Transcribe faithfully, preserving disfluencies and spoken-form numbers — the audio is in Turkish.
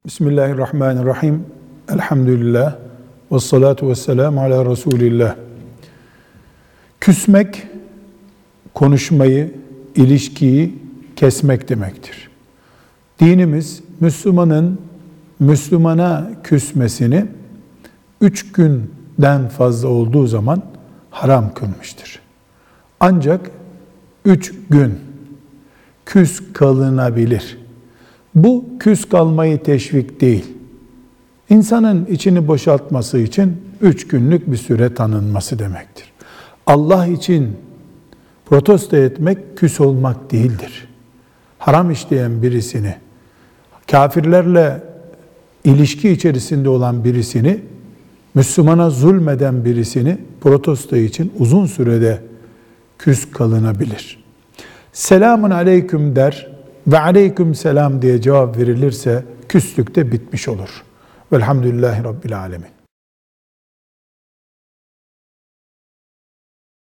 Bismillahirrahmanirrahim. Elhamdülillah. Ve salatu ve selamu ala Resulillah. Küsmek, konuşmayı, ilişkiyi kesmek demektir. Dinimiz, Müslümanın Müslümana küsmesini üç günden fazla olduğu zaman haram kılmıştır. Ancak üç gün küs kalınabilir. Bu küs kalmayı teşvik değil. İnsanın içini boşaltması için üç günlük bir süre tanınması demektir. Allah için protesto etmek küs olmak değildir. Haram işleyen birisini, kafirlerle ilişki içerisinde olan birisini, Müslümana zulmeden birisini protesto için uzun sürede küs kalınabilir. Selamun aleyküm der ve aleyküm selam diye cevap verilirse küslük de bitmiş olur. Velhamdülillahi Rabbil alemin.